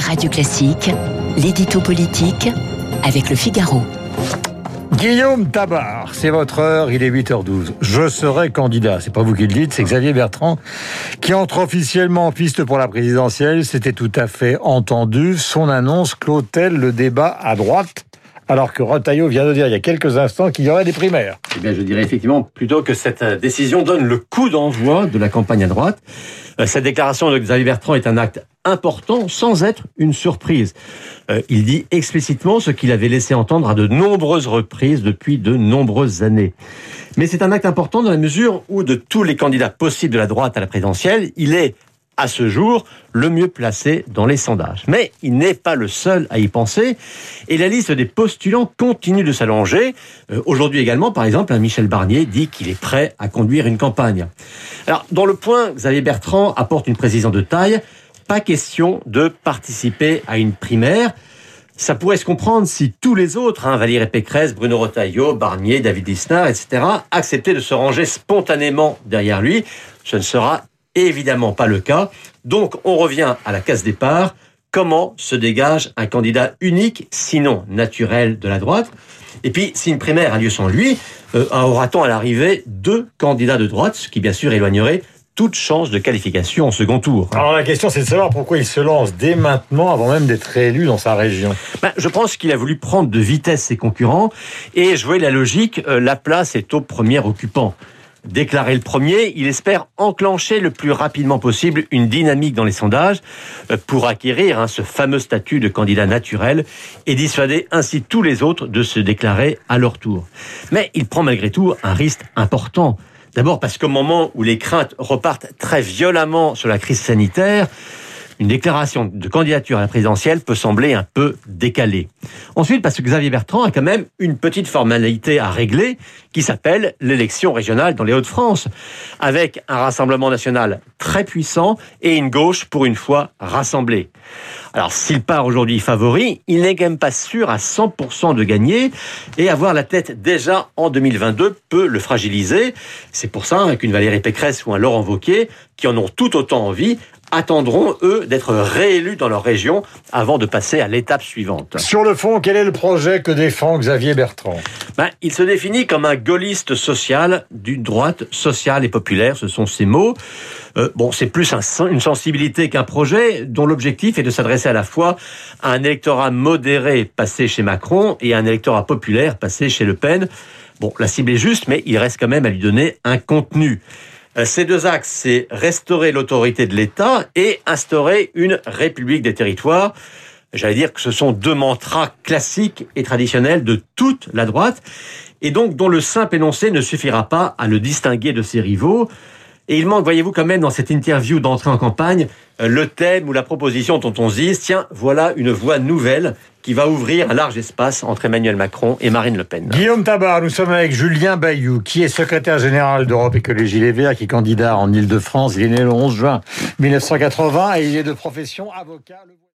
Radio Classique, l'édito politique avec Le Figaro. Guillaume Tabar, c'est votre heure, il est 8h12. Je serai candidat, c'est pas vous qui le dites, c'est Xavier Bertrand qui entre officiellement en piste pour la présidentielle. C'était tout à fait entendu. Son annonce clôt-elle le débat à droite, alors que Retailleau vient de dire il y a quelques instants qu'il y aurait des primaires? Eh bien, je dirais effectivement plutôt que cette décision donne le coup d'envoi de la campagne à droite. Cette déclaration de Xavier Bertrand est un acte important sans être une surprise. Il dit explicitement ce qu'il avait laissé entendre à de nombreuses reprises depuis de nombreuses années. Mais c'est un acte important dans la mesure où de tous les candidats possibles de la droite à la présidentielle, il est à ce jour le mieux placé dans les sondages. Mais il n'est pas le seul à y penser, et la liste des postulants continue de s'allonger. Aujourd'hui également, par exemple, Michel Barnier dit qu'il est prêt à conduire une campagne. Alors, dans le point, Xavier Bertrand apporte une précision de taille. Pas question de participer à une primaire. Ça pourrait se comprendre si tous les autres, Valérie Pécresse, Bruno Retailleau, Barnier, David Lisnard, etc., acceptaient de se ranger spontanément derrière lui. Ce ne sera évidemment pas le cas. Donc, on revient à la case départ. Comment se dégage un candidat unique, sinon naturel, de la droite? Et puis, si une primaire a lieu sans lui, aura-t-on à l'arrivée deux candidats de droite, ce qui bien sûr éloignerait toute chance de qualification en second tour. Alors la question, c'est de savoir pourquoi il se lance dès maintenant, avant même d'être élu dans sa région. Je pense qu'il a voulu prendre de vitesse ses concurrents et jouer la logique, la place est au premier occupant. Déclaré le premier, il espère enclencher le plus rapidement possible une dynamique dans les sondages pour acquérir ce fameux statut de candidat naturel et dissuader ainsi tous les autres de se déclarer à leur tour. Mais il prend malgré tout un risque important. D'abord parce qu'au moment où les craintes repartent très violemment sur la crise sanitaire, une déclaration de candidature à la présidentielle peut sembler un peu décalée. Ensuite, parce que Xavier Bertrand a quand même une petite formalité à régler qui s'appelle l'élection régionale dans les Hauts-de-France, avec un Rassemblement national très puissant et une gauche pour une fois rassemblée. Alors, s'il part aujourd'hui favori, il n'est quand même pas sûr à 100% de gagner et avoir la tête déjà en 2022 peut le fragiliser. C'est pour ça qu'une Valérie Pécresse ou un Laurent Wauquiez, qui en ont tout autant envie, attendront, eux, d'être réélus dans leur région avant de passer à l'étape suivante. Sur le fond, quel est le projet que défend Xavier Bertrand? Il se définit comme un gaulliste social d'une droite sociale et populaire, ce sont ses mots. C'est plus une sensibilité qu'un projet dont l'objectif est de s'adresser à la fois à un électorat modéré passé chez Macron et à un électorat populaire passé chez Le Pen. La cible est juste, mais il reste quand même à lui donner un contenu. Ces deux axes, c'est restaurer l'autorité de l'État et instaurer une république des territoires. J'allais dire que ce sont deux mantras classiques et traditionnels de toute la droite, et donc dont le simple énoncé ne suffira pas à le distinguer de ses rivaux. Et il manque, voyez-vous, quand même, dans cette interview d'entrée en campagne, le thème ou la proposition dont on se dise, tiens, voilà une voie nouvelle qui va ouvrir un large espace entre Emmanuel Macron et Marine Le Pen. Guillaume Tabar, nous sommes avec Julien Bayou, qui est secrétaire général d'Europe Écologie Les Verts, qui est candidat en Île-de-France. Il est né le 11 juin 1980 et il est de profession avocat.